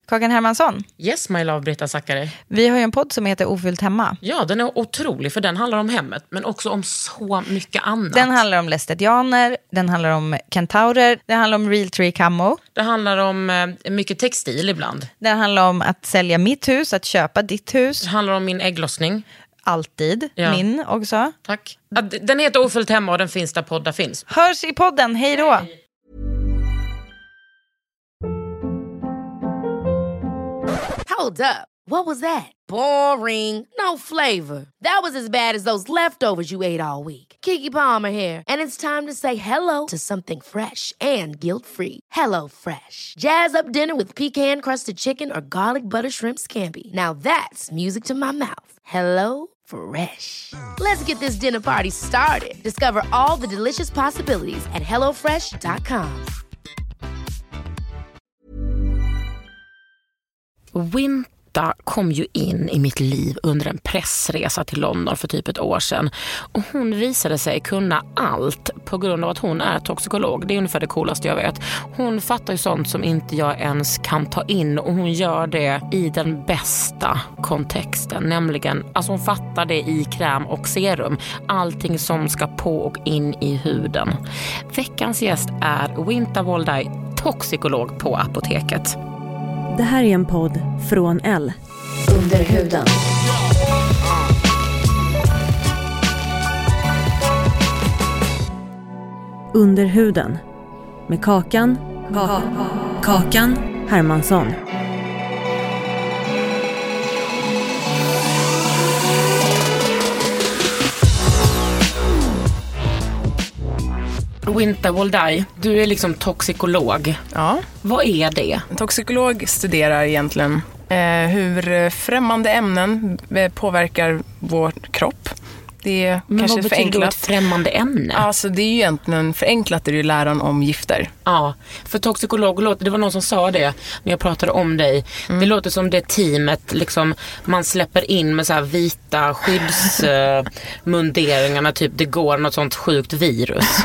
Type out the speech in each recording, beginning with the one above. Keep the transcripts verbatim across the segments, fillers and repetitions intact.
Kakan Hermansson. Yes, my love, Britta Zackari. Vi har ju en podd som heter Ofyllt hemma. Ja, den är otrolig för den handlar om hemmet, men också om så mycket annat. Den handlar om lästetianer, den handlar om kentaurer, den handlar om real tree camo. Det handlar om eh, mycket textil ibland. Den handlar om att sälja mitt hus, att köpa ditt hus. Det handlar om min ägglossning. Alltid, ja. Min också. Tack. Den heter Ofyllt hemma och den finns där poddar finns. Hörs i podden, hej då! Hej. Hold up. What was that? Boring. No flavor. That was as bad as those leftovers you ate all week. Keke Palmer here, and it's time to say hello to something fresh and guilt-free. Hello Fresh. Jazz up dinner with pecan-crusted chicken or garlic butter shrimp scampi. Now that's music to my mouth. Hello Fresh. Let's get this dinner party started. Discover all the delicious possibilities at hello fresh dot com. Winta kom ju in i mitt liv under en pressresa till London för typ ett år sedan. Och hon visade sig kunna allt på grund av att hon är toxikolog. Det är ungefär det coolaste jag vet. Hon fattar ju sånt som inte jag ens kan ta in, och hon gör det i den bästa kontexten. Nämligen, alltså hon fattar det i kräm och serum. Allting som ska på och in i huden. Veckans gäst är Winta Woldaj, toxikolog på Apoteket. Det här är en podd från L. Under huden. Under huden. Med Kakan, Ka- Kakan Hermansson. Winta Woldaj, du är liksom toxikolog. Ja. Vad är det? En toxikolog studerar egentligen eh, hur främmande ämnen påverkar vår kropp. Det är Men kanske vad betyder förenklat. då ett främmande ämne? Alltså det är ju egentligen förenklat, är det ju läran om gifter. Ja, för toxikolog, det var någon som sa det när jag pratade om dig. Mm. Det låter som det teamet liksom, man släpper in med så här vita skyddsmunderingarna, typ det går något sånt sjukt virus.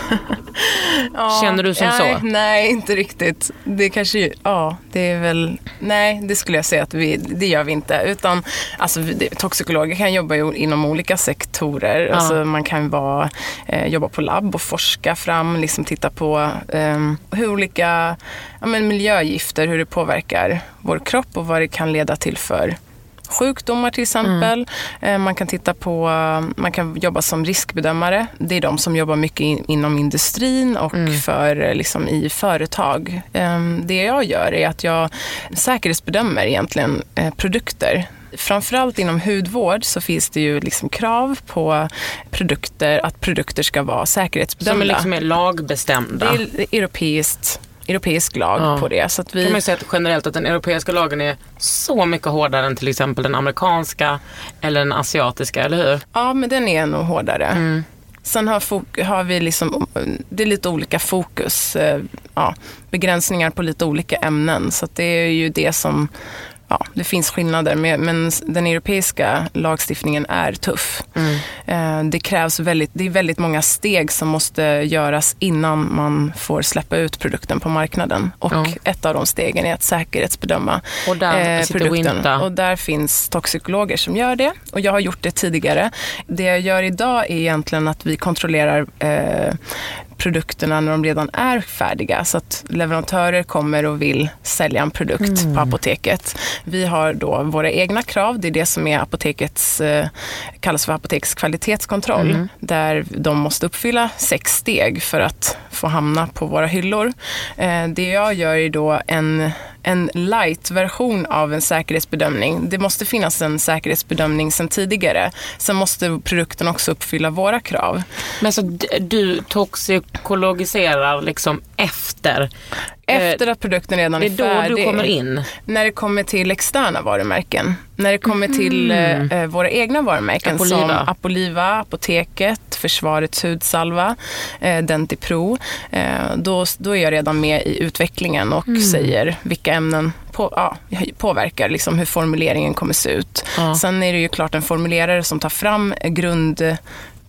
Ja, känner du som nej, så? Nej, inte riktigt. Det kanske, ja, det är väl, nej, det skulle jag säga att vi, det gör vi inte. Utan, alltså det, toxikologer kan jobba ju inom olika sektorer. Ja. Alltså man kan vara, eh, jobba på labb och forska fram, liksom titta på eh, hur olika ja, men miljögifter, hur det påverkar vår kropp och vad det kan leda till för sjukdomar till exempel. Mm. Man kan titta på, man kan jobba som riskbedömare. Det är de som jobbar mycket in, inom industrin och mm. för, liksom, i företag. Det jag gör är att jag säkerhetsbedömer egentligen produkter. Framförallt inom hudvård så finns det ju liksom krav på produkter, att produkter ska vara säkerhetsbedömda. Som är liksom är lagbestämda. Det är europeiskt. europeisk lag ja. på det. Så att vi... Kan man säga att generellt att den europeiska lagen är så mycket hårdare än till exempel den amerikanska eller den asiatiska, eller hur? Ja, men den är nog hårdare. Mm. Sen har, fok- har vi liksom, det är lite olika fokus, ja, begränsningar på lite olika ämnen. Så att det är ju det som, ja, det finns skillnader, med, men den europeiska lagstiftningen är tuff. Mm. Det krävs väldigt, det är väldigt många steg som måste göras innan man får släppa ut produkten på marknaden. Och ja. ett av de stegen är att säkerhetsbedöma och där eh, produkten. Winta. Och där finns toxikologer som gör det. Och jag har gjort det tidigare. Det jag gör idag är egentligen att vi kontrollerar eh, produkterna när de redan är färdiga, så att leverantörer kommer och vill sälja en produkt mm. på apoteket. Vi har då våra egna krav, det är det som är apotekets, eh, kallas för apotekets kvalitetskontroll, mm. där de måste uppfylla sex steg för att få hamna på våra hyllor. Eh, det jag gör är då en en light-version av en säkerhetsbedömning. Det måste finnas en säkerhetsbedömning sedan tidigare. Sen måste produkten också uppfylla våra krav. Men så du toxikologiserar liksom efter? Efter att produkten redan är färdig. Det är då du kommer in? När det kommer till externa varumärken. När det kommer till mm. eh, våra egna varumärken. Apoliva. Som Apoliva, Apoteket, Försvarets hudsalva, eh, Dentipro. Eh, då, då är jag redan med i utvecklingen och mm. säger vilka ämnen på, ja, påverkar liksom hur formuleringen kommer se ut. Ja. Sen är det ju klart en formulerare som tar fram grund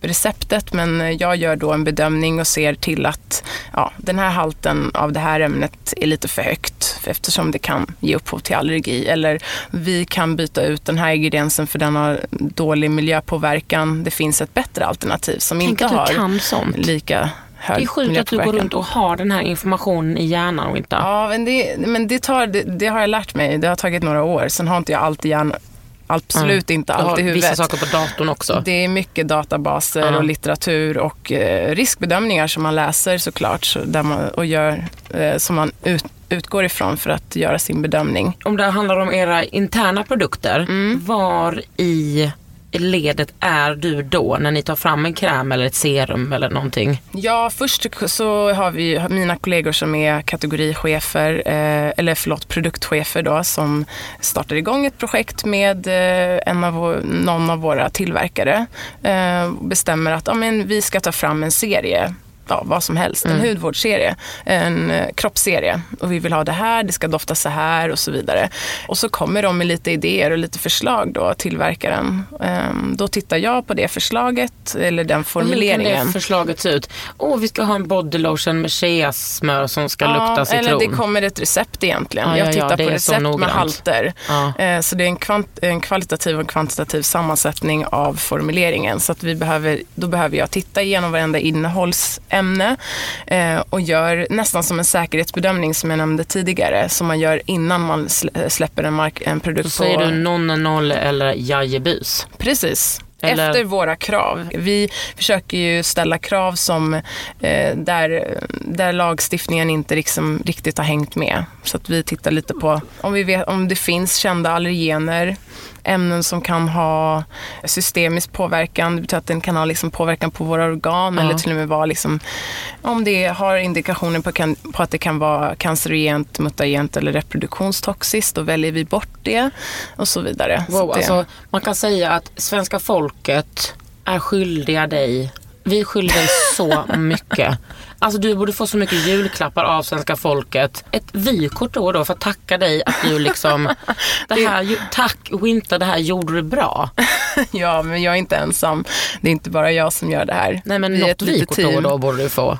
receptet, men jag gör då en bedömning och ser till att ja, den här halten av det här ämnet är lite för högt eftersom det kan ge upphov till allergi, eller vi kan byta ut den här ingrediensen för den har dålig miljöpåverkan. Det finns ett bättre alternativ som Tänk inte att du har kan sånt. lika hög Det är sjukt att du går runt och har den här informationen i hjärnan och inte. Ja, men det, men det, tar, det, det har jag lärt mig. Det har tagit några år. Sen har inte jag alltid hjärnan, absolut mm. inte allt i huvudet. Vissa saker på datorn också. Det är mycket databaser mm. och litteratur och eh, riskbedömningar som man läser såklart så där man, och gör eh, som man ut, utgår ifrån för att göra sin bedömning. Om det handlar om era interna produkter, mm. var i ledet är du då när ni tar fram en kräm eller ett serum eller någonting? Ja, först så har vi mina kollegor som är kategorichefer eh, eller förlåt produktchefer då som startar igång ett projekt med eh, en av vår, någon av våra tillverkare eh, bestämmer att ja, men vi ska ta fram en serie. Ja, vad som helst. En mm. hudvårdsserie, en eh, kroppsserie. Och vi vill ha det här, det ska dofta så här och så vidare. Och så kommer de med lite idéer och lite förslag då, tillverkaren. Ehm, då tittar jag på det förslaget eller den formuleringen. Hur kan det förslaget se ut? Åh, oh, vi ska ha en bodylotion med cheasmör som ska ja, lukta citron. Eller det kommer ett recept egentligen. Ja, jag ja, tittar ja, på recept med halter. Ja. Ehm, så det är en, kvant- en kvalitativ och kvantitativ sammansättning av formuleringen. Så att vi behöver, då behöver jag titta igenom varenda innehålls ämne eh, och gör nästan som en säkerhetsbedömning som jag nämnde tidigare som man gör innan man slä- släpper en, mark- en produkt. Så på... säger du noll noll eller jajebus? Precis. Eller... Efter våra krav. Vi försöker ju ställa krav som eh, där, där lagstiftningen inte liksom riktigt har hängt med. Så att vi tittar lite på om, vi vet, om det finns kända allergener, ämnen som kan ha systemisk påverkan. Det betyder att den kan ha liksom påverkan på våra organ ja. Eller till och med vara liksom, om det har indikationer på, kan, på att det kan vara cancerogent, mutagent eller reproduktionstoxiskt, då väljer vi bort det och så vidare. Wow, så det... alltså, man kan säga att svenska folket är skyldiga dig. Vi är skyldiga dig så mycket. Alltså du borde få så mycket julklappar av svenska folket. Ett vykort då, då för att tacka dig att du liksom det här, tack Winter, det här gjorde du bra. Ja, men jag är inte ensam. Det är inte bara jag som gör det här. Nej, men något vykort då, då borde du få.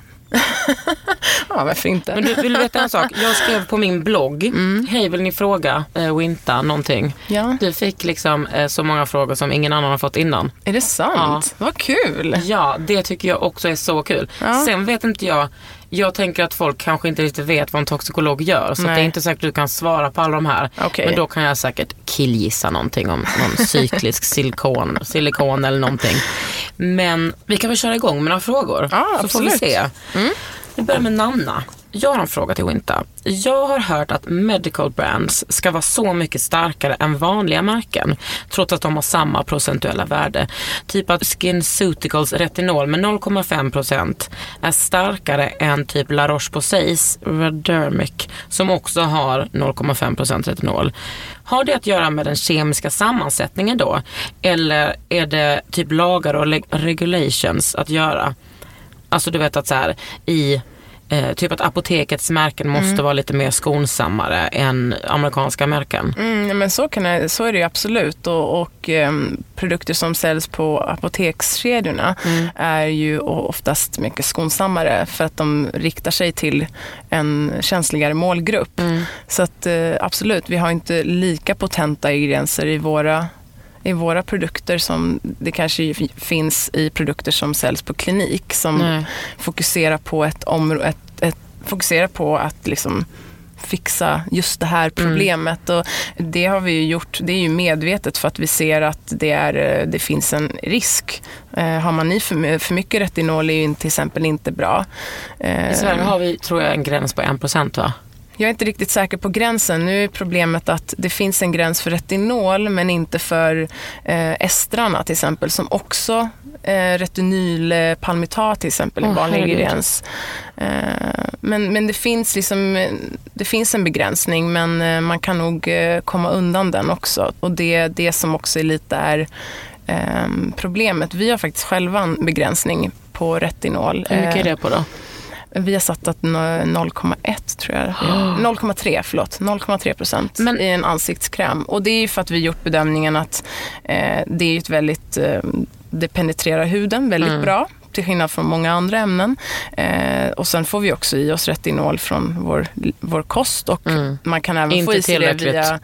Ja, varför inte? Men du, vill du veta en sak? Jag skrev på min blogg mm. hej, vill ni fråga eh, Winter någonting? Ja. Du fick liksom eh, så många frågor som ingen annan har fått innan. Är det sant? Ja. Vad kul! Ja, det tycker jag också är så kul. Ja. Sen vet inte jag, jag tänker att folk kanske inte riktigt vet vad en toxikolog gör. Så det är inte säkert att du kan svara på alla de här. Okay. Men då kan jag säkert killgissa någonting om någon cyklisk silikon, silikon eller någonting. Men vi kan väl köra igång med några frågor. Ja, så absolut. får vi se. Mm. Vi börjar med Nanna. Jag har en fråga till Winter. Jag har hört att medical brands ska vara så mycket starkare än vanliga märken, trots att de har samma procentuella värde. Typ att SkinCeuticals retinol med noll komma fem procent är starkare än typ La Roche-Posay's Redermic som också har noll komma fem procent retinol. Har det att göra med den kemiska sammansättningen då? Eller är det typ lagar och leg- regulations att göra? Alltså du vet att så här i eh, typ att apotekets märken måste mm. vara lite mer skonsammare än amerikanska märken. Mm, men så, kan jag, så är det ju absolut. Och, och eh, produkter som säljs på apotekskedjorna mm. är ju oftast mycket skonsammare för att de riktar sig till en känsligare målgrupp. Mm. Så att eh, absolut, vi har inte lika potenta ingredienser i våra i våra produkter som det kanske finns i produkter som säljs på klinik som Nej. fokuserar på ett område ett, ett, fokuserar på att liksom fixa just det här problemet mm. och det har vi ju gjort, det är ju medvetet för att vi ser att det, är, det finns en risk. Eh, har man i för, för mycket retinol är ju till exempel inte bra. Eh, I Sverige har vi, tror jag, en gräns på en procent va? Jag är inte riktigt säker på gränsen. Nu är problemet att det finns en gräns för retinol men inte för eh, estrarna till exempel som också eh, retinylpalmitat till exempel, en oh, vanlig ingrediens. Eh, men, men det finns liksom det finns en begränsning men eh, man kan nog eh, komma undan den också. Och det det som också är lite är eh, problemet. Vi har faktiskt själva en begränsning på retinol. Hur mycket är det på då? Vi har satt att noll komma ett tror jag. Oh. noll komma tre, förlåt. noll komma tre procent Men... i en ansiktskräm. Och det är ju för att vi gjort bedömningen att eh, det är ett väldigt eh, det penetrerar huden väldigt mm. bra, till skillnad från många andra ämnen. Eh, och sen får vi också i oss retinol från vår, vår kost och mm. man kan även Inte få i sig det via,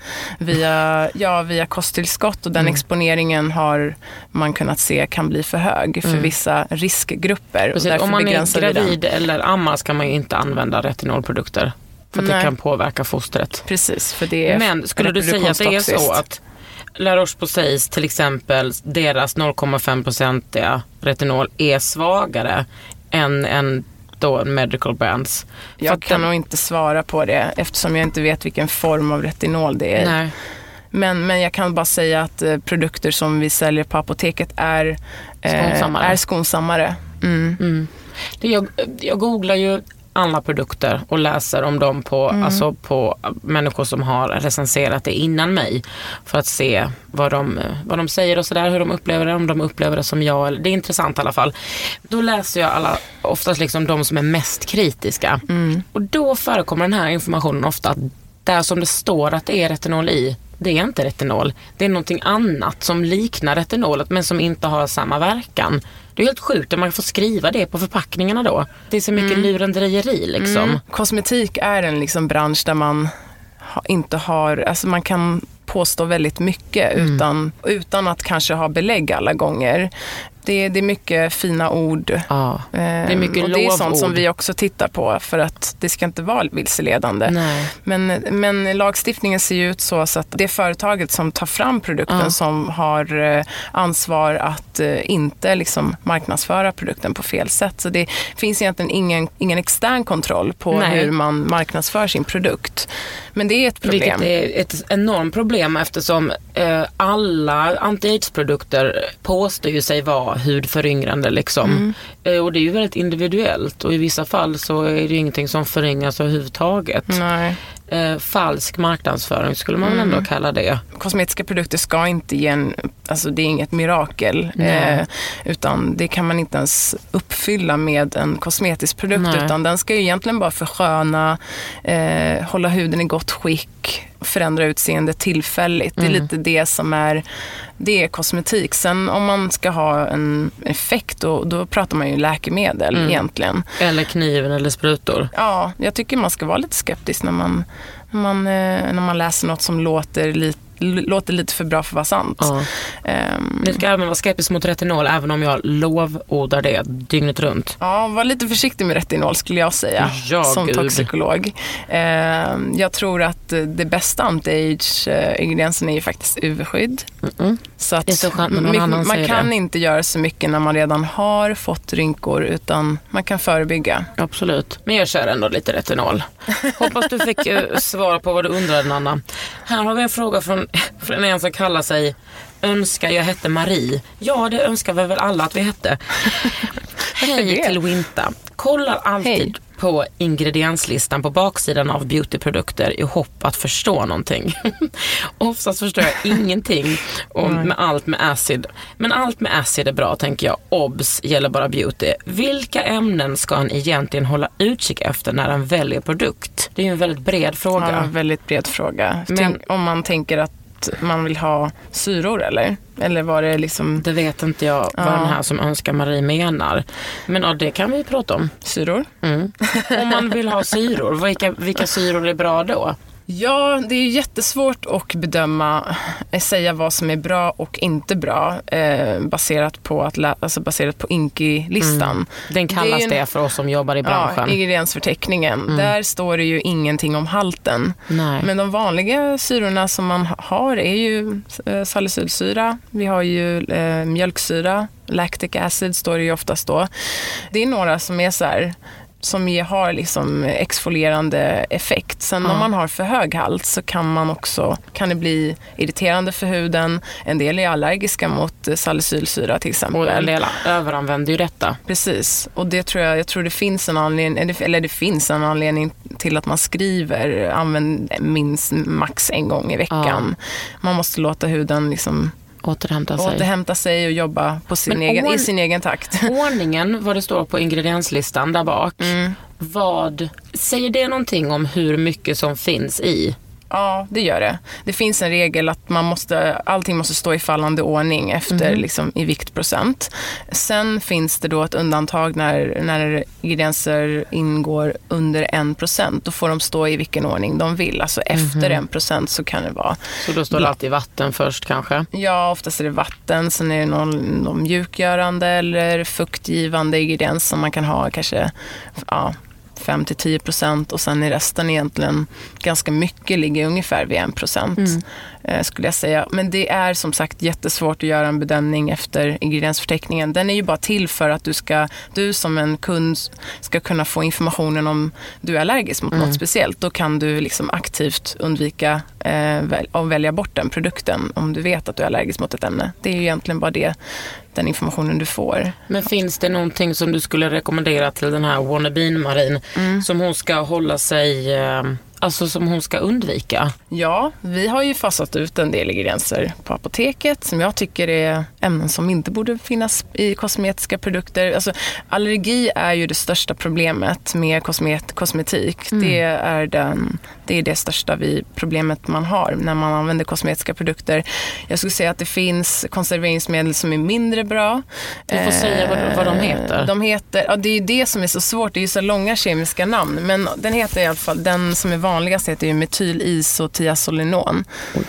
via, ja, via kosttillskott och den mm. exponeringen har man kunnat se kan bli för hög för mm. vissa riskgrupper. Precis, och om man är gravid eller ammar ska man ju inte använda retinolprodukter för att Nej. det kan påverka fostret. Precis, för det är Men skulle du säga att det är så att La Roche-Posay till exempel, deras noll komma fem procent retinol är svagare än, än då medical brands? Jag kan den... nog inte svara på det eftersom jag inte vet vilken form av retinol det är. Nej. Men, men jag kan bara säga att eh, produkter som vi säljer på apoteket är, eh, skonsammare. är skonsammare. Mm. Mm. Det jag, jag googlar ju alla produkter och läser om dem på, mm. alltså på människor som har recenserat det innan mig för att se vad de, vad de säger och sådär, hur de upplever det, om de upplever det som jag. Det är intressant i alla fall. Då läser jag alla, oftast liksom de som är mest kritiska. Mm. Och då förekommer den här informationen ofta att där som det står att det är retinol i, det är inte retinol. Det är någonting annat som liknar retinolet men som inte har samma verkan. Det är helt sjukt att man får skriva det på förpackningarna då. Det är så mycket mm. lurendrejeri liksom. Mm. Kosmetik är en liksom bransch där man ha, inte har, alltså man kan påstå väldigt mycket mm. utan, utan att kanske ha belägg alla gånger. Det, det är mycket fina ord. Ja, det är mycket och lovord. Det är sånt som vi också tittar på för att det ska inte vara vilseledande. Nej. Men, men lagstiftningen ser ju ut så, så att det är företaget som tar fram produkten ja. som har ansvar att inte liksom marknadsföra produkten på fel sätt. Så det finns egentligen ingen, ingen extern kontroll på Nej. hur man marknadsför sin produkt. Men det är ett problem. Vilket är ett enormt problem eftersom eh, alla anti-AIDS-produkter påstår ju sig vara hudföryngrande liksom. Mm. Eh, och det är ju väldigt individuellt och i vissa fall så är det ingenting som föryngas överhuvudtaget. Nej. Eh, falsk marknadsföring skulle man väl ändå mm. kalla det. Kosmetiska produkter ska inte ge en, alltså det är inget mirakel eh, utan det kan man inte ens uppfylla med en kosmetisk produkt. Nej. Utan den ska ju egentligen bara försköna, eh, hålla huden i gott skick, förändra utseende tillfälligt. Mm. Det är lite det som är det är kosmetik. Sen om man ska ha en effekt då, då pratar man ju läkemedel mm. egentligen. Eller kniven eller sprutor. Ja, jag tycker man ska vara lite skeptisk när man, när man, när man läser något som låter lite låter lite för bra för att vara sant. Ja. Um, det ska även vara skeptisk mot retinol även om jag lovordar det dygnet runt. Ja, var lite försiktig med retinol skulle jag säga ja, som Gud. toxikolog. Um, jag tror att det bästa anti-age-ingrediensen är ju faktiskt U V-skydd. Mm-mm. Så att det är så skönt när någon man, annan man säger kan det. inte göra så mycket när man redan har fått rynkor utan man kan förebygga. Absolut. Men jag kör ändå lite retinol. Hoppas du fick uh, svar på vad du undrade, Nanna. Här har vi en fråga från, från en som kallar sig önskar jag hette Marie. Ja, det önskar vi väl alla att vi hette. Hej till Winta. Kollar alltid Hej. på ingredienslistan på baksidan av beautyprodukter i hopp att förstå någonting. Oftast förstår jag ingenting om, med allt med acid. Men allt med acid är bra, tänker jag. Obs gäller bara beauty. Vilka ämnen ska en egentligen hålla utkik efter när en väljer produkt? Det är ju en väldigt bred fråga. Ja, en väldigt bred fråga. Men Tänk, om man tänker att man vill ha syror eller? Eller var det liksom... Det vet inte jag vad ja. den här som önskar Marie menar. Men ja, det kan vi prata om. Syror? Mm. Om man vill ha syror, vilka, vilka syror är bra då? Ja, det är jättesvårt att bedöma, säga vad som är bra och inte bra eh, baserat på att lä- alltså baserat på I N C I-listan. Mm. Den kallas det, en, det för oss som jobbar i branschen. Ja, ingrediensförteckningen. Mm. Där står det ju ingenting om halten. Nej. Men de vanliga syrorna som man har är ju eh, salicylsyra, vi har ju eh, mjölksyra, lactic acid står det ju oftast då. Det är några som är så här som har liksom exfolierande effekt. Sen ja. om man har för hög halt så kan man också kan det bli irriterande för huden. En del är allergiska mot salicylsyra till exempel. Och en del överanvänder ju detta. Precis. Och det tror jag, jag tror det finns en anledning, eller det finns en anledning till att man skriver använd minst max en gång i veckan. Ja. Man måste låta huden liksom Återhämta sig. Återhämta sig och jobba på sin egen, or- i sin egen takt. Ordningen, vad det står på ingredienslistan där bak. Mm. Vad, säger det någonting om hur mycket som finns i? Ja, det gör det. Det finns en regel att man måste, allting måste stå i fallande ordning efter mm. liksom, i viktprocent. Sen finns det då ett undantag när, när ingredienser ingår under en procent. Då får de stå i vilken ordning de vill. Alltså efter en mm. procent så kan det vara. Så då står det alltid vatten först kanske? Ja, oftast är det vatten. Sen är det någon, någon mjukgörande eller fuktgivande ingrediens som man kan ha kanske... Ja, fem till tio procent och sen är resten egentligen ganska mycket, ligger ungefär vid en procent mm. eh, skulle jag säga. Men det är som sagt jättesvårt att göra en bedömning efter ingrediensförteckningen. Den är ju bara till för att du ska, du som en kund ska kunna få informationen om du är allergisk mot mm. något speciellt. Då kan du liksom aktivt undvika eh, väl, och välja bort den produkten om du vet att du är allergisk mot ett ämne. Det är ju egentligen bara det, den informationen du får. Men finns det någonting som du skulle rekommendera till den här wannabeen Marin mm. som hon ska hålla sig, alltså som hon ska undvika? Ja, vi har ju fasat ut en del ingredienser på apoteket som jag tycker är ämnen som inte borde finnas i kosmetiska produkter. Alltså, allergi är ju det största problemet med kosmet- kosmetik. Mm. Det är den, det är det största vi, problemet man har när man använder kosmetiska produkter. Jag skulle säga att det finns konserveringsmedel som är mindre bra. Du får eh, säga vad, vad de heter. De heter, ja, det är ju det som är så svårt. Det är ju så långa kemiska namn. Men den heter i alla fall, den som är vanligast heter ju metylisothiazolinon.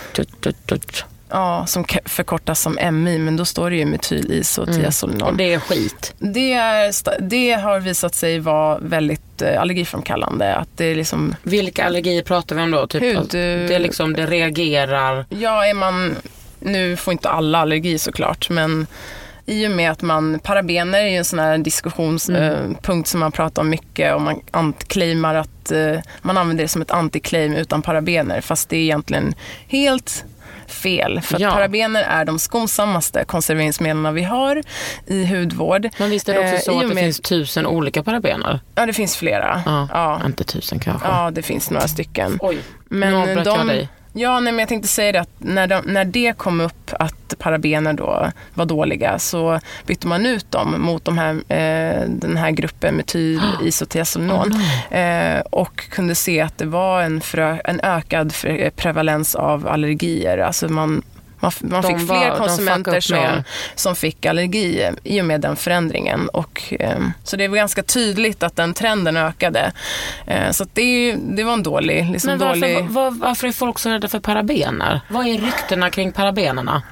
Ja, som förkortas som M I, men då står det ju metylisothiazolinon. Mm. Och det är skit. Det, är, det har visat sig vara väldigt eh, allergiframkallande. Att det är liksom... Vilka allergier pratar vi om då? Typ, hud, alltså, det är liksom, det reagerar... Ja, är man... Nu får inte alla allergi såklart, men... I och med att man, parabener är ju en sån här diskussionspunkt mm. som man pratar om mycket och man anticlaimar att uh, man använder det som ett anticlaim utan parabener, fast det är egentligen helt fel. För att ja. parabener är de skonsammaste konserveringsmedlen vi har i hudvård. Men visst är det också så uh, att det med... finns tusen olika parabener? Ja, det finns flera. Ja, ja. Inte tusen kanske. Ja, det finns några stycken. Oj, men nu avbröt jag dig. Ja, nej, men jag tänkte säga det att när, de, när det kom upp att parabener då var dåliga så bytte man ut dem mot de här, eh, den här gruppen metylisothiazolinon oh, eh, och kunde se att det var en, frö, en ökad prevalens av allergier. Alltså man Man, man fick var, fler konsumenter som, som fick allergi i och med den förändringen. Och, eh, så det var ganska tydligt att den trenden ökade. Eh, så att det, det var en dålig... Liksom Men varför, dålig... var, varför är folk så rädda för parabener? Vad är ryktena kring parabenerna?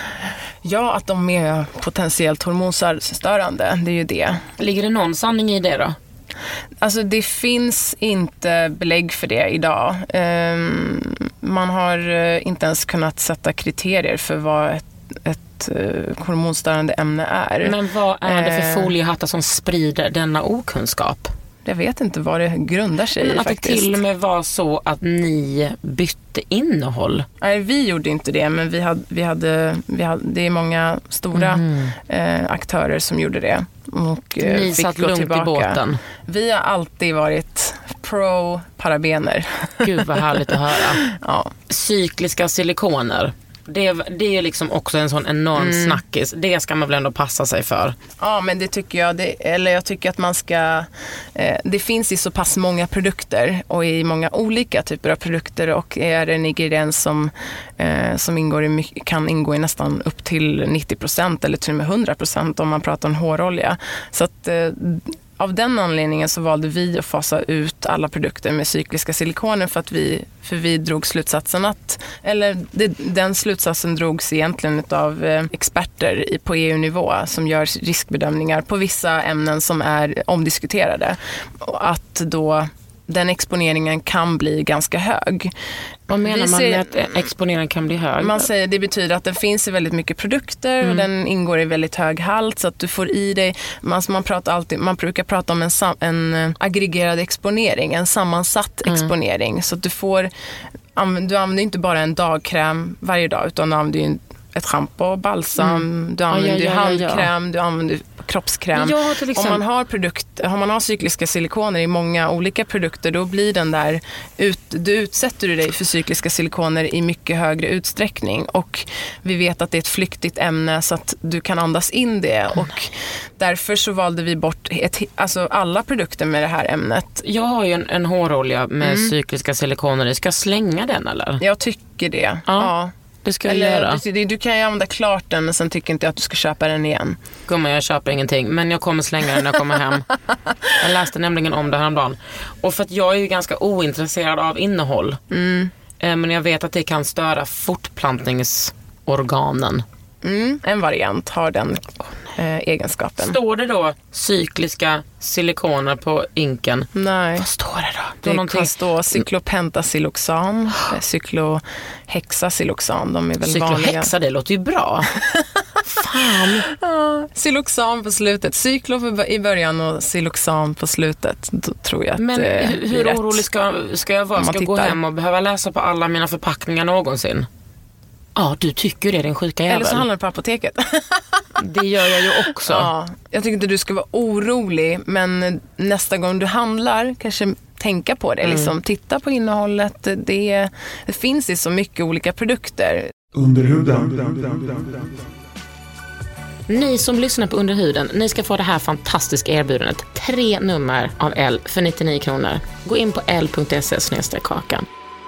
Ja, att de är potentiellt hormonstörande. Det är ju det. Ligger det någon sanning i det då? Alltså det finns inte belägg för det idag. Um, man har inte ens kunnat sätta kriterier för vad ett, ett uh, hormonstörande ämne är. Men vad är det för foliehattar som sprider denna okunskap? Jag vet inte vad det grundar sig Men i att faktiskt. Det till och med var så att ni bytte innehåll. Nej, vi gjorde inte det, men vi hade, vi hade, vi hade det är många stora mm. eh, aktörer som gjorde det. Och, eh, ni fick satt gå lugnt tillbaka. i båten. Vi har alltid varit pro parabener. Gud vad härligt att höra. Ja. Cykliska silikoner. Det, det är ju liksom också en sån enorm mm. snackis. Det ska man väl ändå passa sig för. Ja, men det tycker jag. Det, eller jag tycker att man ska... Eh, det finns i så pass många produkter och i många olika typer av produkter och är det en ingrediens som, eh, som ingår i, kan ingå i nästan upp till nittio procent eller till och med hundra procent om man pratar om hårolja. Så att... Eh, Av den anledningen så valde vi att fasa ut alla produkter med cykliska silikoner för att vi, för vi drog slutsatsen att, eller det, den slutsatsen drogs egentligen av eh, experter i, på E U-nivå som gör riskbedömningar på vissa ämnen som är omdiskuterade. Och att då den exponeringen kan bli ganska hög. Vad menar man med att exponeringen kan bli hög? Man säger det betyder att den finns i väldigt mycket produkter mm. och den ingår i väldigt hög halt så att du får i dig, man, man, pratar alltid, man brukar prata om en, en aggregerad exponering, en sammansatt mm. exponering så att du får, du använder inte bara en dagkräm varje dag utan du använder ju ett shampoo, balsam, mm. du använder ja, ja, ja, handkräm, ja. du använder kroppskräm. Ja, till exempel. Om man har produkt, om man har cykliska silikoner i många olika produkter, då blir den där ut, du utsätter du dig för cykliska silikoner i mycket högre utsträckning, och vi vet att det är ett flyktigt ämne så att du kan andas in det, och därför så valde vi bort ett, alltså alla produkter med det här ämnet. Jag har ju en, en hårolja med mm. cykliska silikoner. Ska jag slänga den eller? Jag tycker det. Ja. ja. Det ska jag eller, göra. Du, du kan ju använda klart den, men sen tycker inte jag att du ska köpa den igen. Gumman, jag köper ingenting, men jag kommer slänga den när jag kommer hem. Jag läste nämligen om det här om dagen. Och för att jag är ju ganska ointresserad av innehåll. Mm. Men jag vet att det kan störa fortplantningsorganen. Mm. En variant har den eh, egenskapen. Står det då cykliska silikoner på inken? Nej. Vad står det då? Det, det någonting... kan stå cyklopentasiloxan, cyklohexasiloxan. De är väl Cyklohexa, vanliga. Det låter ju bra. Fan. Ja, siloxan på slutet. Cyklo i början och siloxan på slutet. Då tror jag att Men det hur, hur orolig ska, ska jag vara? Ska jag gå hem och behöva läsa på alla mina förpackningar någonsin? Ja, du tycker det är den sjuka jävel. Eller så handlar det på apoteket. Det gör jag ju också. Ja, jag tycker inte du ska vara orolig, men nästa gång du handlar kanske tänka på det. Mm. Liksom, titta på innehållet. Det, det finns ju så mycket olika produkter. Underhuden. Ni som lyssnar på Underhuden, ni ska få det här fantastiska erbjudandet. Tre nummer av L för nittionio kronor. Gå in på l punkt se snedstreck kakan.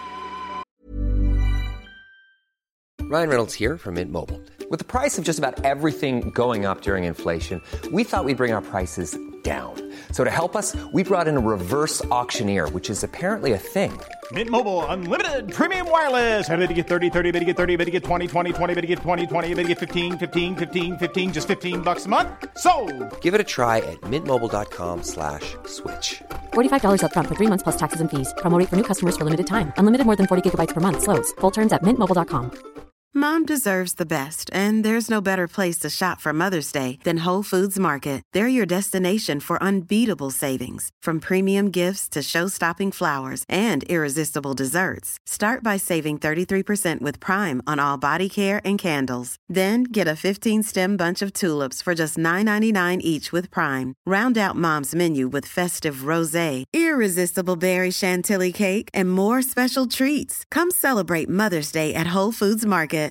Ryan Reynolds here from Mint Mobile. With the price of just about everything going up during inflation, we thought we'd bring our prices down. So to help us, we brought in a reverse auctioneer, which is apparently a thing. Mint Mobile Unlimited Premium Wireless. How to get thirty, thirty, how to get thirty, how to get twenty, twenty, twenty, how to get twenty, twenty, how to get fifteen, fifteen, fifteen, fifteen, just fifteen bucks a month? Sold! Give it a try at mintmobile.com slash switch. forty-five dollars up front for three months plus taxes and fees. Promo rate for new customers for limited time. Unlimited more than forty gigabytes per month. Slows full terms at mint mobile dot com. Mom deserves the best, and there's no better place to shop for Mother's Day than Whole Foods Market. They're your destination for unbeatable savings, from premium gifts to show-stopping flowers and irresistible desserts. Start by saving thirty-three percent with Prime on all body care and candles. Then get a fifteen-stem bunch of tulips for just nine ninety-nine each with Prime. Round out Mom's menu with festive rosé, irresistible berry chantilly cake, and more special treats. Come celebrate Mother's Day at Whole Foods Market.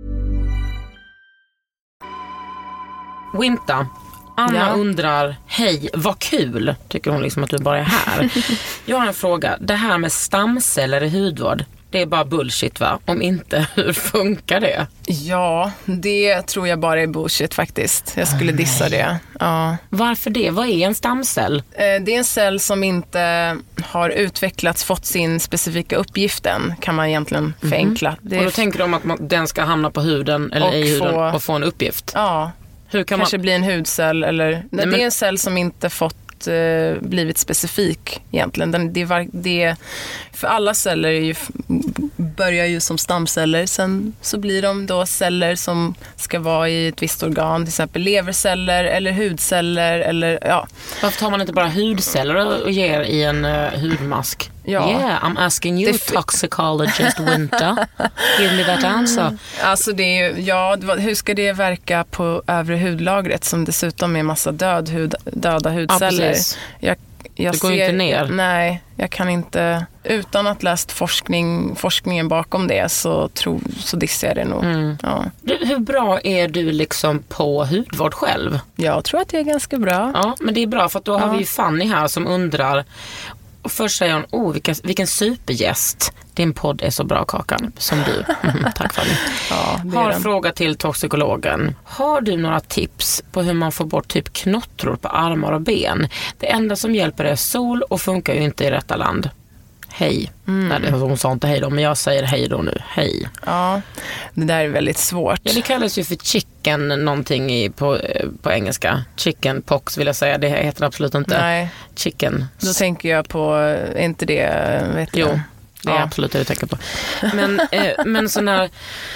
Winta, Anna ja. undrar, hej, vad kul, tycker hon liksom att du bara är här. Jag har en fråga, det här med stamceller i hudvård, det är bara bullshit va? Om inte, hur funkar det? Ja, det tror jag bara är bullshit faktiskt. Jag skulle oh, dissa det. Ja. Varför det? Vad är en stamcell? Det är en cell som inte har utvecklats, fått sin specifika uppgiften, kan man egentligen förenkla. Mm-hmm. Det och då tänker de att man, den ska hamna på huden eller i huden få, och få en uppgift? Ja. Hur kan kanske man... bli en hudcell eller nej, nej, det är en cell som inte fått eh, blivit specifik egentligen. Den, det, var, det, för alla celler är ju, börjar ju som stamceller, sen så blir de då celler som ska vara i ett visst organ, till exempel leverceller eller hudceller eller ja. Varför tar man inte bara hudceller och ger i en uh, hudmask? Ja. Yeah, I'm asking you, f- toxicologist Winter. Give me that answer. Alltså det är ju, ja, hur ska det verka på övre hudlagret som dessutom är massa död hud, döda hudceller? Ja, jag, jag det går ser, inte ner. Nej, jag kan inte, utan att läst forskning, forskningen bakom det så, tro, så dissar jag det nog. Mm. Ja. Du, hur bra är du liksom på hudvård själv? Jag tror att det är ganska bra. Ja, men det är bra för att då ja. har vi ju Fanny här som undrar. Och först säger hon, oh, vilka, vilken supergäst. Din podd är så bra, Kakan, som du. Mm, tack Fanny. Ja, har en fråga till toxikologen. Har du några tips på hur man får bort typ knottror på armar och ben? Det enda som hjälper är sol och funkar ju inte i rätta land. Hej. Mm. Nej, hon sa inte hej då, men jag säger hej då nu. Hej. Ja, det där är väldigt svårt. Ja, det kallas ju för chicken någonting i, på, på engelska. Chicken pox vill jag säga. Det heter absolut inte. Nej. Chicken. Då tänker jag på, är inte det, vet jo. jag? Det är ja. absolut det jag tänker på. Men, eh, men sån här...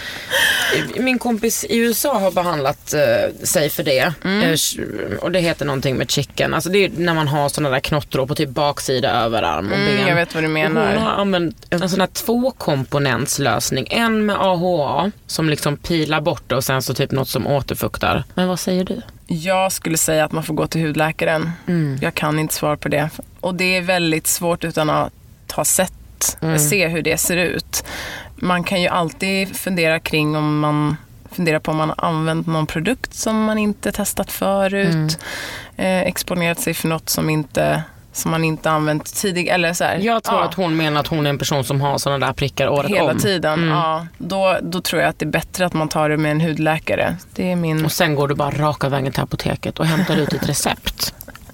Min kompis i U S A har behandlat eh, sig för det. Mm. Eh, och det heter någonting med chicken. Alltså det är när man har såna där knottror på typ baksida, överarm och mm, ben. Jag vet vad du menar. Och hon har använt en sån här tvåkomponentslösning. En med A H A som liksom pilar bort det och sen så typ något som återfuktar. Men vad säger du? Jag skulle säga att man får gå till hudläkaren. Mm. Jag kan inte svara på det. Och det är väldigt svårt utan att ha sett, mm. se hur det ser ut. Man kan ju alltid fundera kring om man funderar på om man har använt någon produkt som man inte testat förut. Mm. Eh, exponerat sig för något som inte... som man inte använt tidigare eller så här. Jag tror ja. att hon menar att hon är en person som har sådana där prickar året hela om. tiden. Mm. Ja, då, då tror jag att det är bättre att man tar det med en hudläkare. Det är min... Och sen går du bara raka vägen till apoteket och hämtar ut ett recept.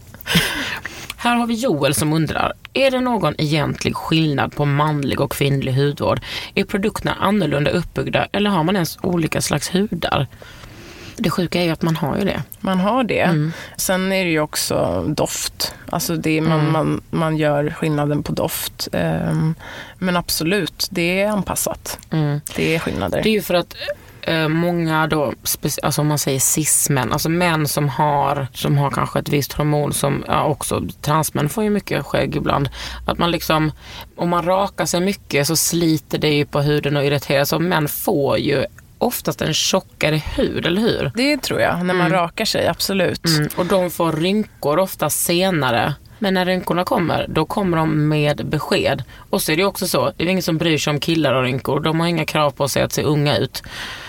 Här har vi Joel som undrar, är det någon egentlig skillnad på manlig och kvinnlig hudvård? Är produkterna annorlunda uppbyggda eller har man ens olika slags hudar? Det sjuka är ju att man har ju det. Man har det. Mm. Sen är det ju också doft. Alltså det är, man, mm. man, man gör skillnaden på doft. Um, men absolut, det är anpassat. Mm. Det är skillnader. Det är ju för att eh, många då, speci- alltså om man säger cis-män, alltså män som har, som har kanske ett visst hormon som ja, också transmän får ju mycket skägg ibland. Att man liksom, om man rakar sig mycket så sliter det ju på huden och irriterar. Så män får ju oftast en tjockare hud, eller hur? Det tror jag, när man mm. rakar sig, absolut. Mm. Och de får rynkor ofta senare. Men när rynkorna kommer, då kommer de med besked. Och så är det också så, det är ingen som bryr sig om killar och rynkor. De har inga krav på sig att se unga ut.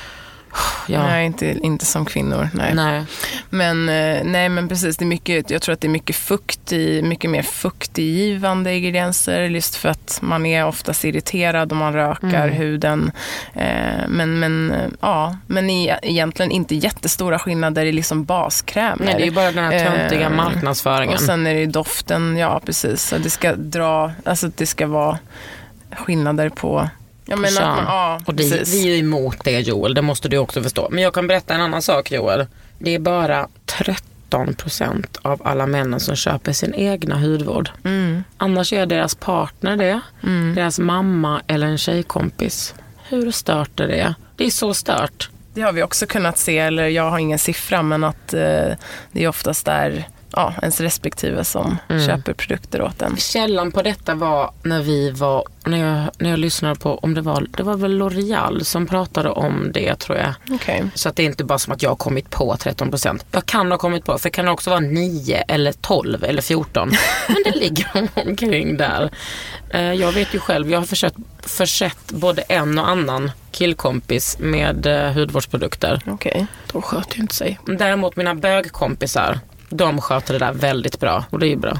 Ja. Nej, inte, inte som kvinnor. Nej. Nej. Men, nej, men precis, det är mycket, jag tror att det är mycket fukt i, mycket mer fuktiggivande ingredienser just för att man är oftast irriterad om man rökar mm. huden. Eh, men, men, ja, men i, egentligen inte jättestora skillnader i liksom baskrämer. Nej, det är ju bara den här töntiga eh, marknadsföringen. Och sen är det doften, ja precis. Så det ska dra, alltså det ska vara skillnader på... Ja, men att man, ja, och det, vi är ju emot det, Joel, det måste du också förstå. Men jag kan berätta en annan sak, Joel. Det är bara tretton procent av alla männen som köper sin egna hudvård. Mm. Annars är deras partner det, mm. deras mamma eller en tjejkompis. Hur stört är det? Det är så stört. Det har vi också kunnat se, eller jag har ingen siffra, men att eh, det är oftast där... Ja, ens respektive som mm. köper produkter åt en. Källan på detta var när vi var, när jag, när jag lyssnade på, om det var, det var väl L'Oreal som pratade om det, tror jag. Okay. Så att det är inte bara som att jag har kommit på tretton procent. Jag kan ha kommit på, för det kan också vara nio eller tolv eller fjorton. Men det ligger omkring där. Jag vet ju själv, jag har försökt försett både en och annan killkompis med hudvårdsprodukter. Okej. Okay. De sköter ju inte sig. Däremot mina bögkompisar, de sköter det där väldigt bra. Och det är ju bra.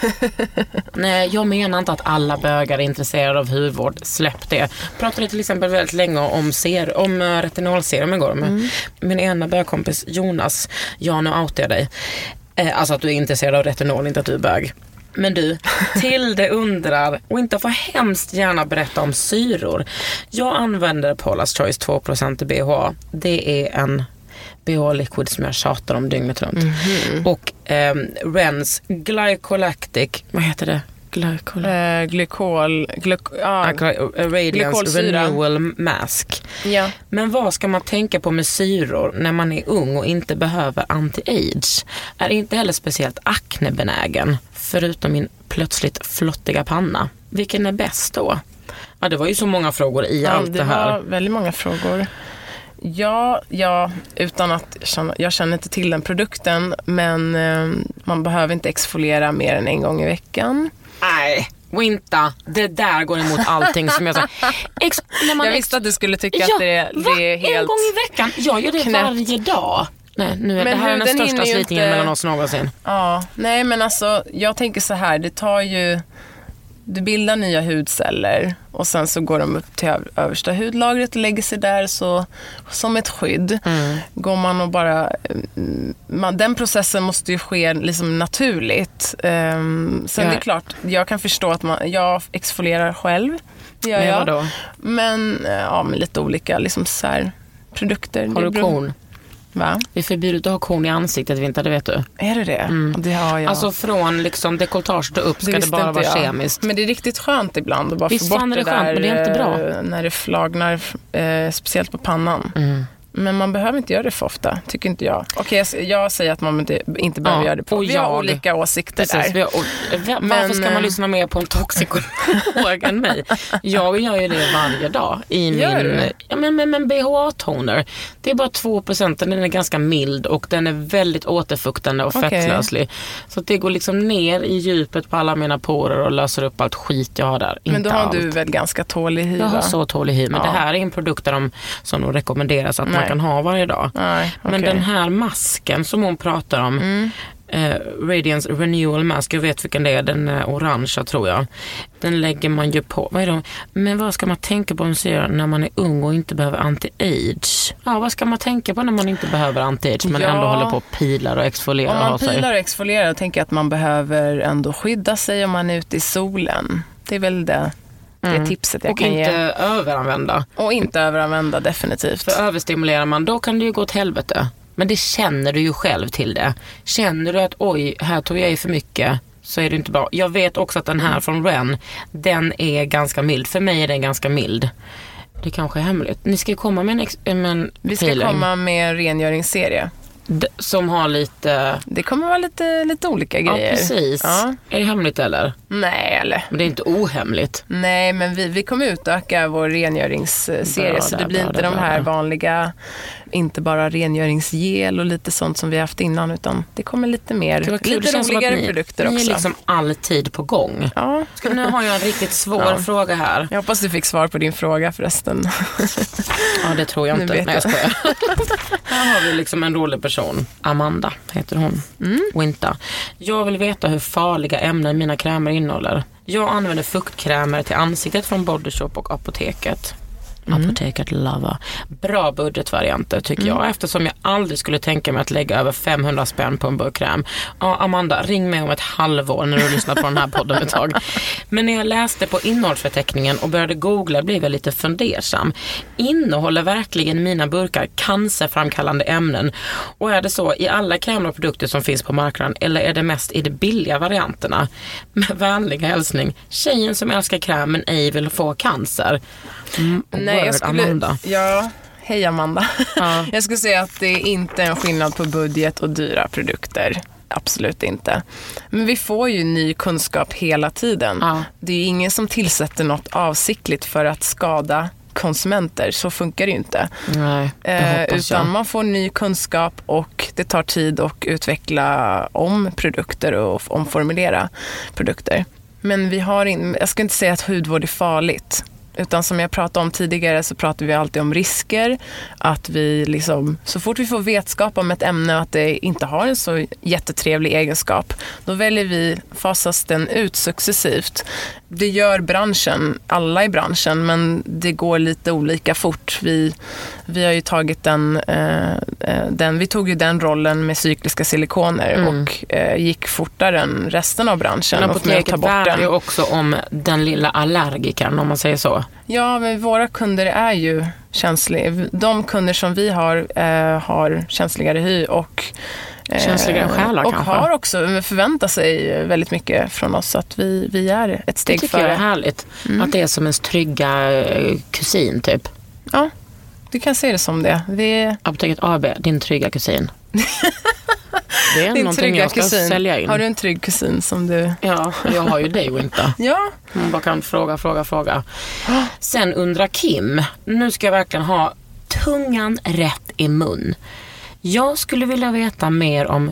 Nej, jag menar inte att alla bögar är intresserade av hudvård. Släpp det. Jag pratade till exempel väldigt länge om, ser, om retinolserum igår med mm. min ena bögkompis Jonas. Ja, nu outar jag dig. Eh, alltså att du är intresserad av retinol, inte att du är bög. Men du, Tilde undrar, och inte får hemskt gärna berätta om syror. Jag använder Paula's Choice två procent B H A. Det är en B H A-liquid som jag tjatar om dygnet runt. Mm-hmm. Och eh, Rens Glycolactic, vad heter det? Glykol... Uh, glykol... Glyk- ah, Radiance Renewal Mask. Ja. Men vad ska man tänka på med syror när man är ung och inte behöver anti-age? Är inte heller speciellt aknebenägen, förutom min plötsligt flottiga panna. Vilken är bäst då? Ja, det var ju så många frågor i ja, allt det, det här. Det var väldigt många frågor. Ja, ja, utan att känna, jag känner inte till den produkten, men eh, man behöver inte exfoliera mer än en gång i veckan. Nej, Winta, det där går emot allting som jag sa. Ex- när man jag visste ex- att du skulle tycka ja, att det, det är helt en gång i veckan? Jag gör det knäppt. Varje dag. Nej, nu är men det här är den största slitningen inte... mellan oss någonsin. Ja, nej men alltså, jag tänker så här, det tar ju... Du bildar nya hudceller och sen så går de upp till översta hudlagret och lägger sig där så, som ett skydd. Mm. Går man och bara... Man, den processen måste ju ske liksom naturligt. Um, sen ja. Det är klart, jag kan förstå att man, jag exfolierar själv. Det gör men jag. Vadå? Men ja, med lite olika liksom så här, produkter. Har du kon? Va? Det är förbjudet att ha korn i ansiktet, Vinta, det vet du. Är det det? Mm. Det har jag. Alltså från liksom dekolletage upp ska det, det bara vara jag. kemiskt. Men det är riktigt skönt ibland att bara Visst få bort det, det där skönt, men det är inte bra. när det flagnar, eh, speciellt på pannan. Mm. Men man behöver inte göra det för ofta, tycker inte jag. Okej, jag, jag säger att man inte, inte behöver ja, göra det på. Vi jag, har olika åsikter precis, där. Har, och, varför men, ska man lyssna mer på en toxikolog än mig? Jag gör ju det varje dag i min ja, men, men, men B H A-toner. Det är bara två procent, den är ganska mild och den är väldigt återfuktande och okay. fettlöslig. Så att det går liksom ner i djupet på alla mina porer och löser upp allt skit jag har där. Men inte då har allt. Du väl ganska tålig hy? Jag har så tålig hy, men ja. det här är en produkt där de, som de rekommenderas att Nej. man kan ha varje dag. Nej, okay. Men den här masken som hon pratar om, mm. eh, Radiance Renewal Mask, jag vet vilken det är, den är orangea tror jag. Den lägger man ju på. Vad är det? Men vad ska man tänka på om säger när man är ung och inte behöver anti-age? Ja, vad ska man tänka på när man inte behöver anti-age men ja. ändå håller på och pilar och exfolierar? Om man sig? pilar och exfolierar och tänker att man behöver ändå skydda sig om man är ute i solen. Det är väl det. Det är tipset jag och kan ge. Och inte överanvända. Och inte överanvända, definitivt. För överstimulerar man, då kan det ju gå åt helvete. Men det känner du ju själv till det. Känner du att oj, här tog jag i för mycket, så är det inte bra. Jag vet också att den här från Ren, den är ganska mild. För mig är den ganska mild. Det kanske är hemligt. Ni ska komma med en, ex- med en Vi ska peeling. komma med en rengöringsserie. D- som har lite... Det kommer vara lite, lite olika grejer. Ja, precis. Ja. Är det hemligt eller? Nej, eller? Men det är inte ohemligt. Nej, men vi, vi kommer utöka vår rengöringsserie. Bra, så det blir bra, inte bra, de här bra. vanliga, inte bara rengöringsgel och lite sånt som vi har haft innan, utan det kommer lite mer, lite roligare ni, produkter också. Ni är liksom alltid på gång. Ja. Ska, nu har jag en riktigt svår ja. fråga här. Jag hoppas du fick svar på din fråga förresten. Ja, det tror jag inte. Nej, jag skojar. Här har vi liksom en rolig person. Amanda heter hon. Mm. Winta. Jag vill veta hur farliga ämnen mina krämer innehåller. Jag använder fuktkrämer till ansiktet från Body Shop och Apoteket. Mm. Apoteket Lava. Bra budgetvarianter tycker mm. jag, eftersom jag aldrig skulle tänka mig att lägga över femhundra spänn på en burkkräm. Ja, Amanda, ring mig om ett halvår när du lyssnar på den här podden ett tag. Men när jag läste på innehållsförteckningen och började googla blev jag lite fundersam. Innehåller verkligen mina burkar cancerframkallande ämnen? Och är det så i alla krämer och produkter som finns på marknaden, eller är det mest i de billiga varianterna? Med vänlig hälsning, tjejen som älskar kräm men ej vill få cancer. Mm, Nej, word, jag skulle, Amanda. Ja, hej Amanda. Ja. Jag skulle säga att det är inte en skillnad på budget och dyra produkter. Absolut inte. Men vi får ju ny kunskap hela tiden. Ja. Det är ju ingen som tillsätter något avsiktligt för att skada konsumenter. Så funkar det ju inte. Nej, eh, utan jag. man får ny kunskap och det tar tid att utveckla om produkter och omformulera produkter. Men vi har in, jag ska inte säga att hudvård är farligt. Utan som jag pratade om tidigare så pratar vi alltid om risker. Att vi liksom, så fort vi får vetskap om ett ämne att det inte har en så jättetrevlig egenskap, då väljer vi, fasas den ut successivt. Det gör branschen, alla i branschen, men det går lite olika fort. Vi, vi har ju tagit den, eh, den, vi tog ju den rollen med cykliska silikoner mm. och eh, gick fortare än resten av branschen. Men Apoteket värnar ju också om den lilla allergikern, om man säger så. Ja, men våra kunder är ju känsliga. De kunder som vi har eh, har känsligare hy och eh, känsligare själar och kanske. har också förväntat sig väldigt mycket från oss, att vi, vi är ett steg före. Det tycker före. jag är härligt. Mm. Att det är som ens trygga kusin typ. Ja, du kan se det som det. Vi... Apoteket A B, din trygga kusin. Det är din någonting jag ska kusin. Sälja in. Har du en trygg kusin som du... Ja, jag har ju dig och inte. Ja. Man bara kan fråga, fråga, fråga. Sen undrar Kim, nu ska jag verkligen ha tungan rätt i mun. Jag skulle vilja veta mer om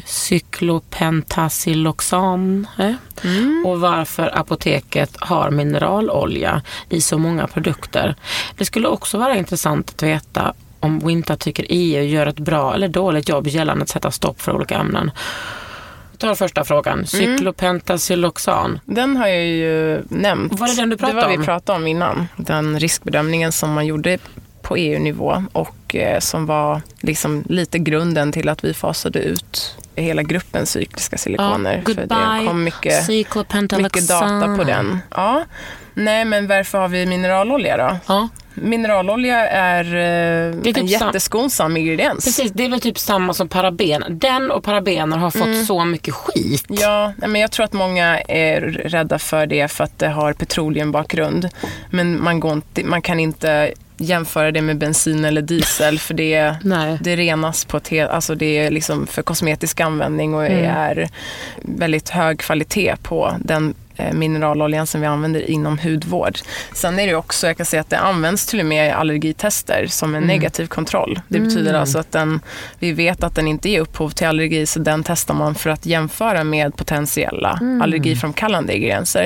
cyklopentasiloxan eh? mm. och varför Apoteket har mineralolja i så många produkter. Det skulle också vara intressant att veta om Winta tycker E U gör ett bra eller dåligt jobb gällande att sätta stopp för olika ämnen. Vi tar första frågan. Cyklopentasiloxan. Den har jag ju nämnt. Var det den du pratade om? Det var vi pratade om innan. Den riskbedömningen som man gjorde på E U-nivå och eh, som var liksom lite grunden till att vi fasade ut hela gruppen cykliska silikoner. Ja, goodbye, för det kom mycket, mycket data på den. Ja. Nej, men varför har vi mineralolja då? Ja. Mineralolja är, eh, det är typ en jätteskonsam ingrediens. Precis, det är väl typ samma som paraben. Den och parabener har fått mm. så mycket skit. Ja, men jag tror att många är rädda för det för att det har petroleumbakgrund. Men man, går inte, man kan inte jämföra det med bensin eller diesel för det, det renas på ett helt, alltså det är liksom för kosmetisk användning och mm. är väldigt hög kvalitet på den mineraloljan som vi använder inom hudvård. Sen är det också, jag kan säga att det används till och med i allergitester som en mm. negativ kontroll. Det betyder mm. alltså att den, vi vet att den inte ger upphov till allergi, så den testar man för att jämföra med potentiella mm. allergiframkallande ingredienser.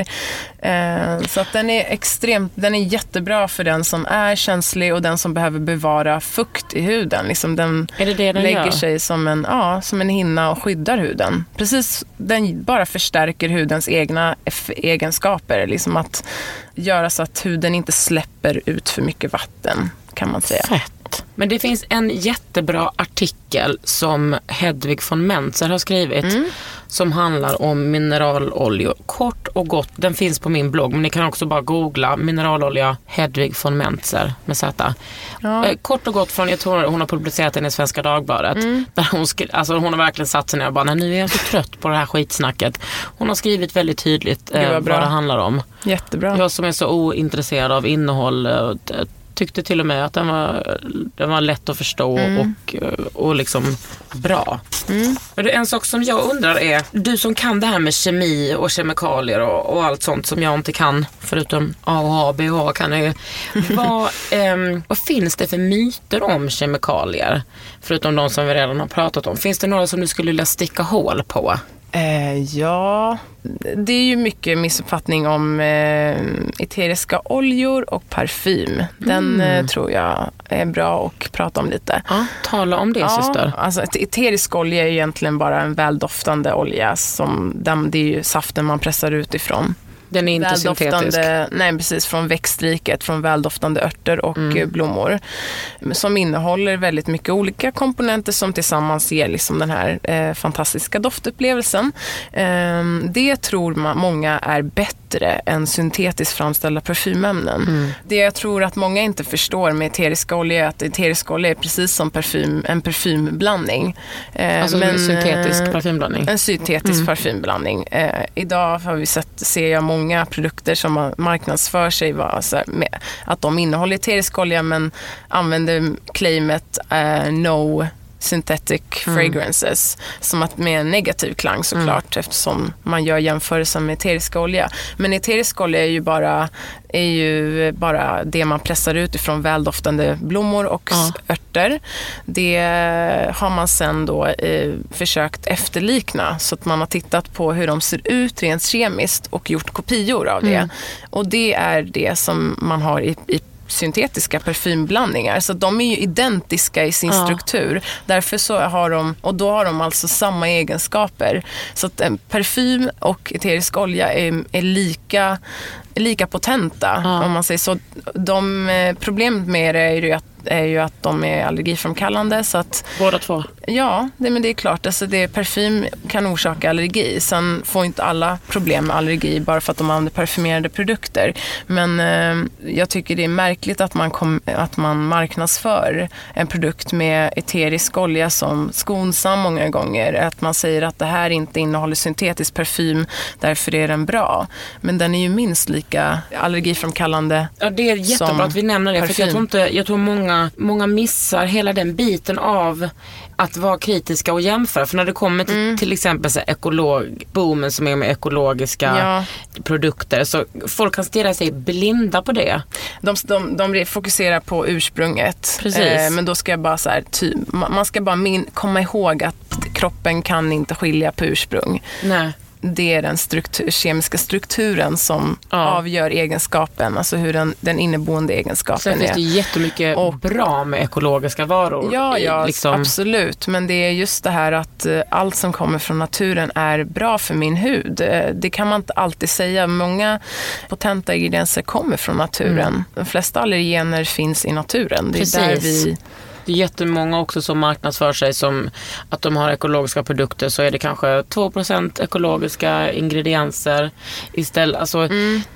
Eh, så att den är extremt, den är jättebra för den som är känslig och den som behöver bevara fukt i huden. Liksom den, är det det den lägger gör? sig som en, ja, som en hinna och skyddar huden. Precis, den bara förstärker hudens egna egenskaper, liksom att göra så att huden inte släpper ut för mycket vatten, kan man säga. Fett. Men det finns en jättebra artikel som Hedvig von Mentzer har skrivit mm. som handlar om mineraloljor. Kort och gott, den finns på min blogg, men ni kan också bara googla mineralolja Hedvig von Mentzer med Z. Ja. Eh, kort och gott från, jag tror hon har publicerat den i Svenska Dagbladet. Mm. Där hon, skri- alltså hon har verkligen satt sig ner och bara, nu är jag så trött på det här skitsnacket. Hon har skrivit väldigt tydligt eh, vad det handlar om. Jättebra. Jag som är så ointresserad av innehåll eh, tyckte till och med att den var, den var lätt att förstå mm. och, och liksom bra. Mm. Men en sak som jag undrar är, du som kan det här med kemi och kemikalier och, och allt sånt som jag inte kan, förutom A och A, B och A kan jag ju. Vad, eh, vad finns det för myter om kemikalier? Förutom de som vi redan har pratat om. Finns det några som du skulle vilja sticka hål på? Eh, ja, det är ju mycket missuppfattning om eh, eteriska oljor och parfym. Den mm. eh, tror jag är bra att prata om lite. Ja, tala om det, ja, syster. Alltså, ett eterisk olja är egentligen bara en väldoftande olja. Som, den, det är ju saften man pressar ut ifrån. Den är inte syntetisk. Nej, precis, från växtriket, från väldoftande örter och mm. blommor. Som innehåller väldigt mycket olika komponenter som tillsammans ger liksom den här eh, fantastiska doftupplevelsen. Eh, det tror man, många är bättre än syntetiskt framställda parfymämnen. Mm. Det jag tror att många inte förstår med eteriska olja är att eteriska olja är precis som parfym, en parfymblandning. Eh, alltså men, en syntetisk parfymblandning? En syntetisk mm. parfymblandning. Eh, idag har vi sett, ser jag många många produkter som marknadsför sig var så här, med, att de innehåller eterisk olja men använder claimet uh, no synthetic mm. fragrances som att med en negativ klang såklart mm. eftersom man gör jämförelser med eterisk olja. Men eterisk olja är ju bara är ju bara det man pressar ut ifrån väldoftande blommor och ja. örter. Det har man sen då eh, försökt efterlikna så att man har tittat på hur de ser ut rent kemiskt och gjort kopior av det. Mm. Och det är det som man har i, i syntetiska parfymblandningar, så de är ju identiska i sin ja. struktur. Därför så har de, och då har de alltså samma egenskaper. Så att en parfym och eterisk olja är, är lika lika potenta, ja. om man säger så. De problemet med det är ju att är ju att de är allergiframkallande så att båda två. Ja, det, men det är klart alltså det, parfym kan orsaka allergi. Sen får inte alla problem med allergi bara för att de använder parfymerade produkter. Men eh, jag tycker det är märkligt att man, kom, att man marknadsför en produkt med eterisk olja som skonsam många gånger. Att man säger att det här inte innehåller syntetisk parfym, därför är den bra. Men den är ju minst lika allergiframkallande. Ja, det är jättebra att vi nämner det. För jag tror, inte, jag tror många Många missar hela den biten av att vara kritiska och jämföra. För när det kommer till mm. till exempel så ekolog, boomen som är med ekologiska ja. produkter, så folk kan stirra sig blinda på det. De, de, de fokuserar på ursprunget. Precis. Eh, men då ska jag bara så här, ty, man ska bara min, komma ihåg att kroppen kan inte skilja på ursprung. Nej. Det är den struktur, kemiska strukturen som ja. avgör egenskapen, alltså hur den, den inneboende egenskapen Sen är. Sen finns det jättemycket och, bra med ekologiska varor. Ja, ja liksom. absolut. Men det är just det här att uh, allt som kommer från naturen är bra för min hud. Uh, det kan man inte alltid säga. Många potenta ingredienser kommer från naturen. Mm. De flesta allergener finns i naturen. Det är Precis. där vi... Det är jättemånga också som marknadsför sig som att de har ekologiska produkter, så är det kanske två procent ekologiska ingredienser istället. Alltså, mm.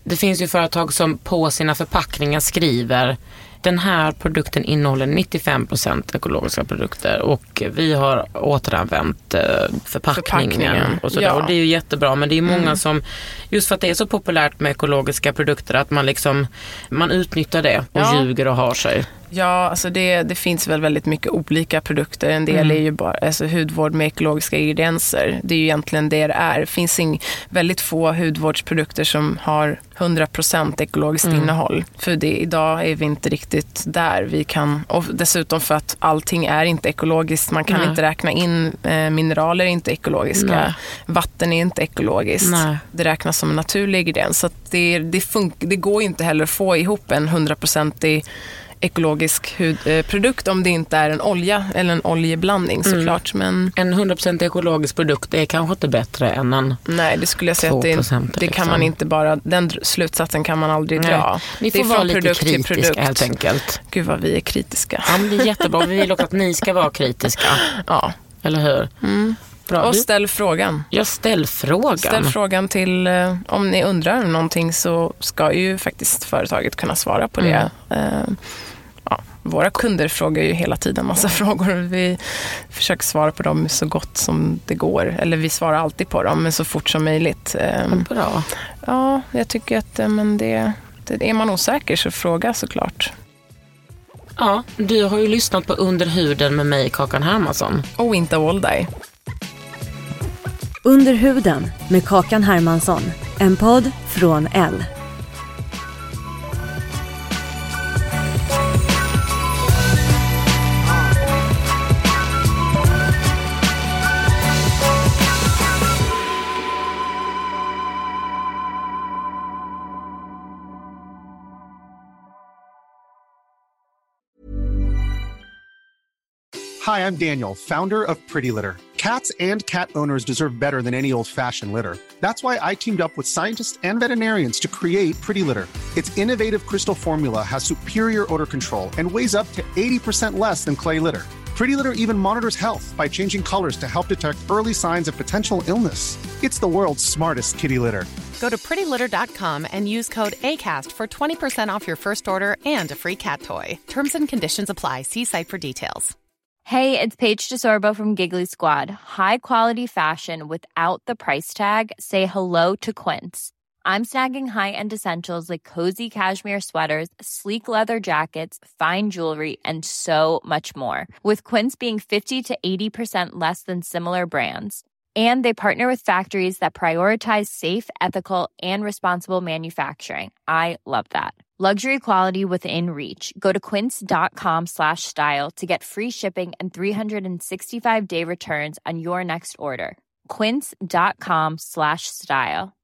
Det finns ju företag som på sina förpackningar skriver den här produkten innehåller nittiofem procent ekologiska produkter och vi har återanvänt förpackningen, förpackningen. Och, sådär. Ja. Och det är ju jättebra, men det är många mm. som, just för att det är så populärt med ekologiska produkter, att man liksom man utnyttjar det och ja. ljuger och har sig. Ja, alltså det, det finns väl väldigt mycket olika produkter. En del mm. är ju bara alltså, hudvård med ekologiska ingredienser. Det är ju egentligen det det är. Det finns ing, väldigt få hudvårdsprodukter som har hundra procent ekologiskt mm. innehåll. För det, idag är vi inte riktigt där. Vi kan, och dessutom för att allting är inte ekologiskt. Man kan Nej. inte räkna in eh, mineraler är inte ekologiska. Nej. Vatten är inte ekologiskt. Nej. Det räknas som en naturlig ingrediens. Så att det, det, fun- det går inte heller att få ihop en hundra procent i ekologisk hudprodukt om det inte är en olja eller en oljeblandning såklart. Mm. Men en hundra procent ekologisk produkt är kanske inte bättre än en Nej, det skulle jag säga att det, det liksom. kan man inte bara, den slutsatsen kan man aldrig Nej. dra. Ni får det är vara lite kritiska helt enkelt. Gud vad vi är kritiska. Ja, men det är jättebra. Vi vill också att ni ska vara kritiska. Ja. Eller hur? Mm. Bra. Och ställ frågan. Ja, ställ frågan. Ställ frågan till, eh, om ni undrar någonting så ska ju faktiskt företaget kunna svara på det. Mm. Eh, ja, våra kunder frågar ju hela tiden massa frågor. Vi försöker svara på dem så gott som det går. Eller vi svarar alltid på dem, men så fort som möjligt. Eh, Bra. Ja, jag tycker att men det, det är man osäker så fråga såklart. Ja, du har ju lyssnat på Under huden med mig, Kakan Hermansson. Och Winter Walday. Under huden med Kakan Hermansson. En podd från Elle. Hi, I'm Daniel, founder of Pretty Litter. Cats and cat owners deserve better than any old-fashioned litter. That's why I teamed up with scientists and veterinarians to create Pretty Litter. Its innovative crystal formula has superior odor control and weighs up to eighty percent less than clay litter. Pretty Litter even monitors health by changing colors to help detect early signs of potential illness. It's the world's smartest kitty litter. Go to pretty litter dot com and use code ACAST for twenty percent off your first order and a free cat toy. Terms and conditions apply. See site for details. Hey, it's Paige DeSorbo from Giggly Squad. High quality fashion without the price tag. Say hello to Quince. I'm snagging high-end essentials like cozy cashmere sweaters, sleek leather jackets, fine jewelry, and so much more. With Quince being fifty to eighty percent less than similar brands. And they partner with factories that prioritize safe, ethical, and responsible manufacturing. I love that. Luxury quality within reach. Go to quince.com slash style to get free shipping and three sixty-five day returns on your next order. Quince.com slash style.